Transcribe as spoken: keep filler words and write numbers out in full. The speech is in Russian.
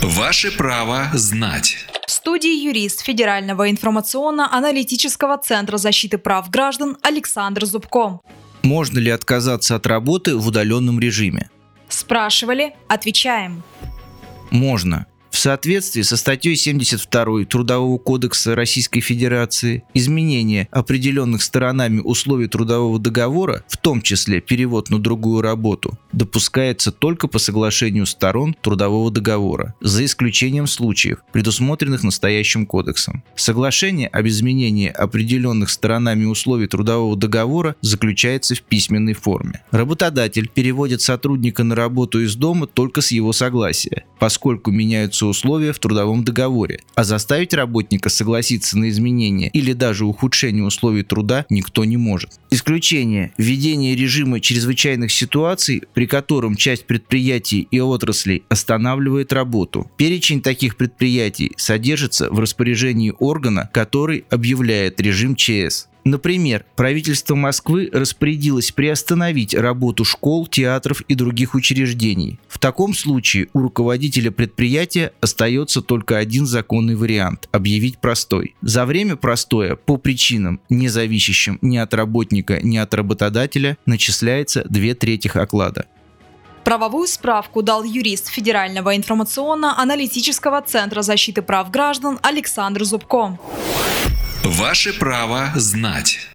Ваше право знать. В студии юрист Федерального информационно-аналитического центра защиты прав граждан Александр Зубко. Можно ли отказаться от работы в удаленном режиме? Спрашивали, отвечаем. Можно. В соответствии со статьей семьдесят второй Трудового кодекса Российской Федерации изменение определенных сторонами условий трудового договора, в том числе перевод на другую работу, допускается только по соглашению сторон трудового договора, за исключением случаев, предусмотренных настоящим кодексом. Соглашение об изменении определенных сторонами условий трудового договора заключается в письменной форме. Работодатель переводит сотрудника на работу из дома только с его согласия, поскольку меняются условия в трудовом договоре, а заставить работника согласиться на изменения или даже ухудшение условий труда никто не может. Исключение – введение режима чрезвычайных ситуаций, при котором часть предприятий и отраслей останавливает работу. Перечень таких предприятий содержится в распоряжении органа, который объявляет режим ЧС. Например, правительство Москвы распорядилось приостановить работу школ, театров и других учреждений. В таком случае у руководителя предприятия остается только один законный вариант – объявить простой. За время простоя по причинам, не зависящим ни от работника, ни от работодателя, начисляется две трети оклада. Правовую справку дал юрист Федерального информационно-аналитического центра защиты прав граждан Александр Зубко. Ваше право знать.